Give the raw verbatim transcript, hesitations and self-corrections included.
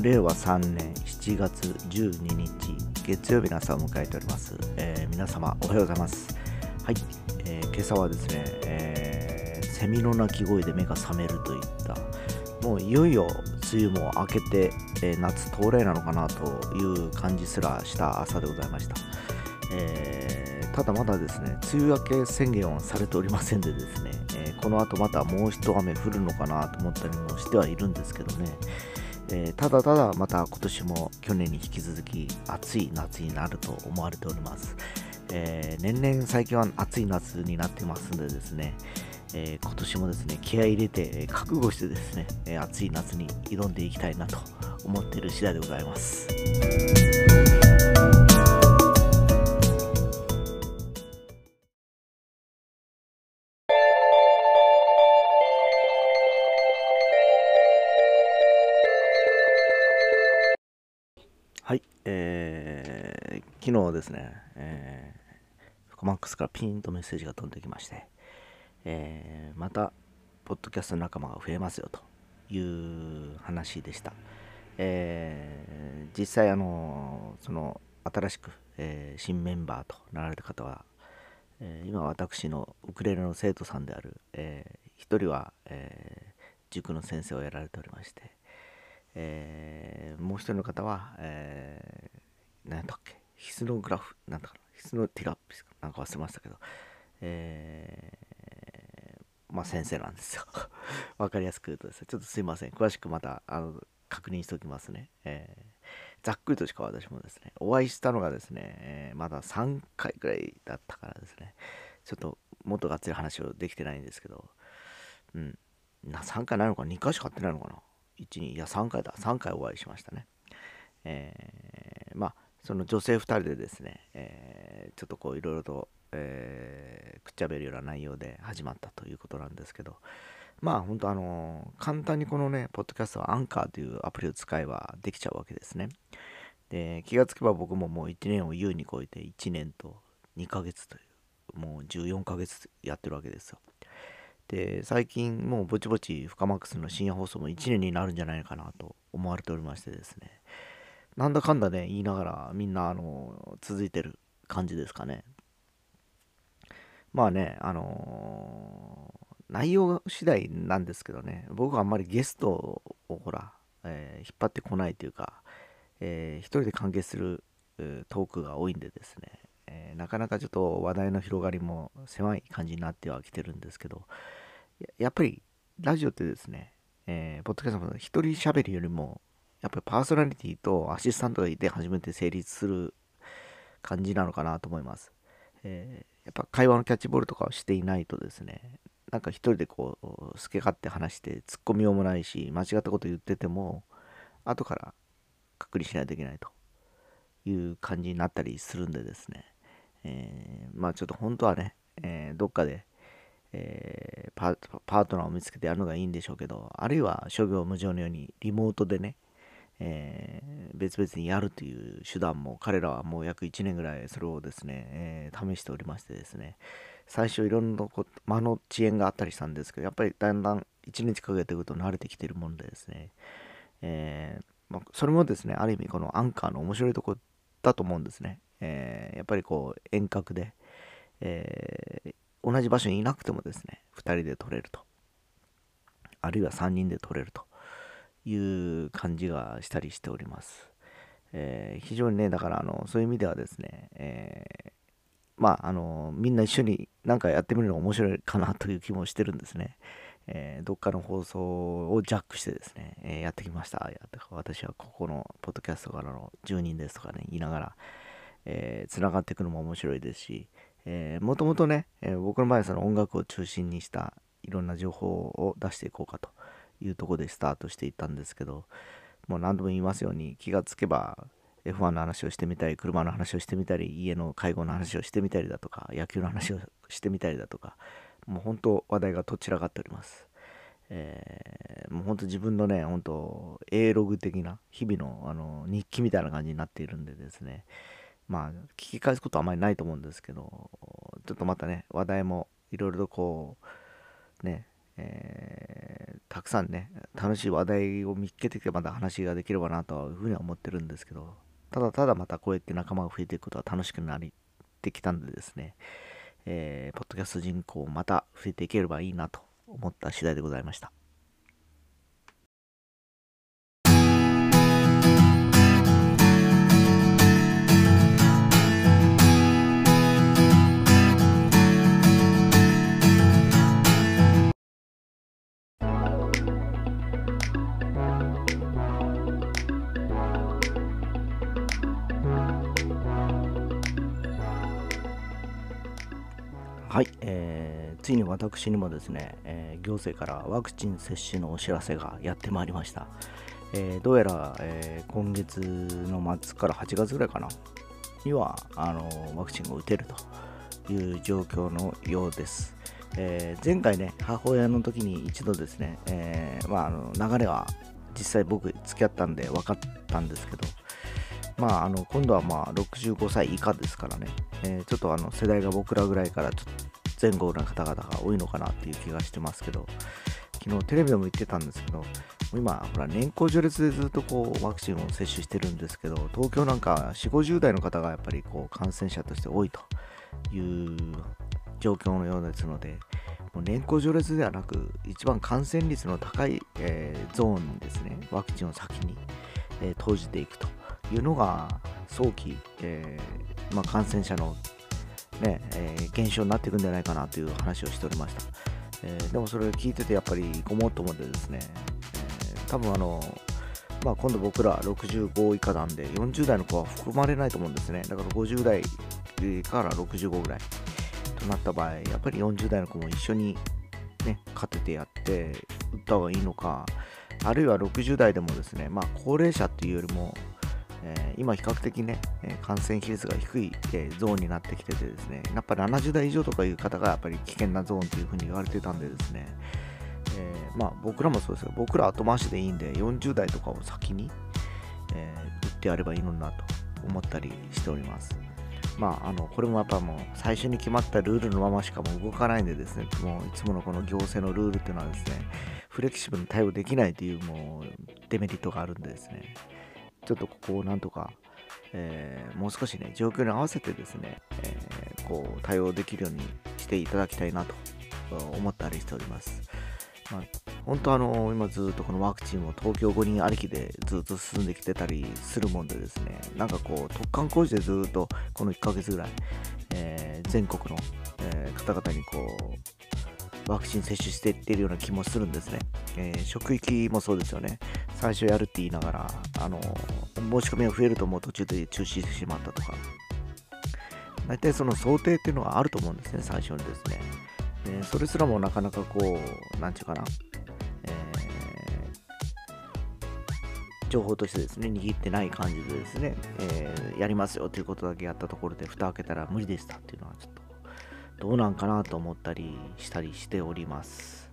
れいわさんねんしちがつじゅうににち月曜日の朝を迎えております。えー、皆様おはようございます。はい、えー、今朝はですね、えー、セミの鳴き声で目が覚めるといったもういよいよ梅雨も明けて、えー、夏到来なのかなという感じすらした朝でございました。えー、ただまだですね梅雨明け宣言はされておりませんでですね、えー、この後またもう一雨降るのかなと思ったりもしてはいるんですけどね、えー、ただただまた今年も去年に引き続き暑い夏になると思われております。えー、年々最近は暑い夏になっていますのでですね、えー、今年もですね気合い入れて覚悟してですね、えー、暑い夏に挑んでいきたいなと思っている次第でございます。はい、えー、昨日ですね、えー、フコマックスからピンとメッセージが飛んできまして、えー、またポッドキャスト仲間が増えますよという話でした。えー、実際あのその新しく、えー、新メンバーとなられた方は、えー、今私のウクレレの生徒さんである、えー、一人は、えー、塾の先生をやられておりまして、えー、もう一人の方は、えー、何だっけヒスノグラフなんだかなヒスノティラピスかなんか忘れましたけど、えー、まあ先生なんですよわかりやすく言うとですね、ちょっとすいません、詳しくまたあの確認しておきますね。えー、ざっくりとしか私もですねお会いしたのがですね、えー、まださんかいくらいだったからですね、ちょっともっとがっつり話をできてないんですけど、うんなさんかいないのかなにかいしか会ってないのかないち、にいやさんかいださんかいお会いしましたね。えー、まあその女性ふたりでですね、えー、ちょっとこういろいろと、えー、くっちゃべるような内容で始まったということなんですけど、まあ本当あのー簡単にこのねポッドキャストはアンカーというアプリを使えばできちゃうわけですね。で気がつけば僕ももういちねんを優に超えていちねんとにかげつというもうじゅうよんかげつやってるわけですよ。で最近もうぼちぼちフカマックスの深夜放送もいちねんになるんじゃないかなと思われておりましてですね、なんだかんだね言いながらみんなあの続いてる感じですかね。まあねあのー内容次第なんですけどね、僕はあんまりゲストをほら、えー引っ張ってこないというか、えー一人で関係するえートークが多いんでですね、えーなかなかちょっと話題の広がりも狭い感じになってはきてるんですけど、ややっぱりラジオってですね、えーポッドキャストも一人喋りよりもやっぱりパーソナリティとアシスタントがいて初めて成立する感じなのかなと思います。えーやっぱ会話のキャッチボールとかをしていないとですね、なんか一人でこう好き勝手話して突っ込みようもないし、間違ったこと言ってても後から確認しないといけないという感じになったりするんでですね、えーまあちょっと本当はね、えーどっかで、えーパパートナーを見つけてやるのがいいんでしょうけど、あるいは諸行無常のようにリモートでね、えー別々にやるという手段も彼らはもう約いちねんぐらいそれをですね、えー試しておりましてですね、最初いろんなこと間の遅延があったりしたんですけど、やっぱりだんだんいちにちかけていくと慣れてきているもんでですね、えーまあ、それもですねある意味このアンカーの面白いところだと思うんですね。えーやっぱりこう遠隔で、えー同じ場所にいなくてもですねふたりで撮れると、あるいはさんにんで撮れるという感じがしたりしております。えー非常にねだからあのそういう意味ではですね、えーまああのみんな一緒に何かやってみるのが面白いかなという気もしてるんですね。えーどっかの放送をジャックしてですね、えーやってきました、やって私はここのポッドキャストからの住人ですとかね言いながら、えー、つながっていくのも面白いですし、えー、もともとね、えー僕の場合はその音楽を中心にしたいろんな情報を出していこうかというところでスタートしていったんですけど、もう何度も言いますように気がつけば エフワン の話をしてみたり、車の話をしてみたり、家の介護の話をしてみたりだとか、野球の話をしてみたりだとか、もう本当話題がとちらかっております。えーもう本当自分のね、本当 A ログ的な日々の、あの日記みたいな感じになっているんでですね、まあ聞き返すことはあまりないと思うんですけど、ちょっとまたね話題もいろいろとこうね、えーたくさんね、楽しい話題を見つけてきてまた話ができればなというふうには思ってるんですけど、ただただまたこうやって仲間が増えていくことは楽しくなってきたんでですね、えー、ポッドキャスト人口また増えていければいいなと思った次第でございました。はい、えー、ついに私にもですね、えー行政からワクチン接種のお知らせがやってまいりました。えーどうやら、えー今月の末からはちがつぐらいかなにはあのワクチンを打てるという状況のようです。えー前回ね、母親の時に一度ですね、えーまあ、あの流れは実際僕付き合ったんで分かったんですけど、まあ、あの今度はまあろくじゅうごさい以下ですからね、えーちょっとあの世代が僕らぐらいからちょっと前後の方々が多いのかなっていう気がしてますけど、昨日テレビでも言ってたんですけど、今、ほら年功序列でずっとこうワクチンを接種してるんですけど、東京なんかよんじゅう、ごじゅう代の方がやっぱりこう感染者として多いという状況のようですので、もう年功序列ではなく、一番感染率の高い、えーゾーンにですね、ワクチンを先に、えー投じていくというのが、早期、えーまあ、感染者の、ねえー減少になっていくんじゃないかなという話をしておりました。えーでもそれを聞いててやっぱりごもっともでですね、えー多分あの、まあ、今度僕らろくじゅうご以下なんでよんじゅう代の子は含まれないと思うんですね。だからごじゅう代からろくじゅうごぐらいとなった場合、やっぱりよんじゅう代の子も一緒にね、勝ててやって打った方がいいのか、あるいはろくじゅう代でもですね、まあ高齢者っていうよりも、えー今比較的ね、えー感染比率が低い、えーゾーンになってきててですね、やっぱりななじゅう代以上とかいう方がやっぱり危険なゾーンというふうに言われてたんでですね、えーまあ僕らもそうですが、僕ら後回しでいいんでよんじゅう代とかを先に、えー打ってやればいいのになと思ったりしております。まあ、あのこれもやっぱもう最初に決まったルールのまましかもう動かないんでですね、もういつものこの行政のルールっていうのはですね、フレキシブルに対応できないというもうデメリットがあるんでですね、ちょっとここをなんとか、えーもう少しね、状況に合わせてですね、えーこう対応できるようにしていただきたいなと思ったりしております。まあ、本当あの今ずっとこのワクチンを東京五輪ありきでずっと進んできてたりするもんでですね、なんかこう突貫工事でずっとこのいっかげつぐらい、えー全国の、えー方々にこうワクチン接種していっているような気もするんですね。えー職域もそうですよね。最初やるって言いながら、あの申し込みが増えるともう途中で中止してしまったとか、大体その想定っていうのがあると思うんですね、最初にですね。えーそれすらもなかなかこう、なんていうかな、えー情報としてですね、握ってない感じでですね、えーやりますよということだけやったところで、蓋開けたら無理でしたっていうのはちょっとどうなんかなと思ったりしたりしております。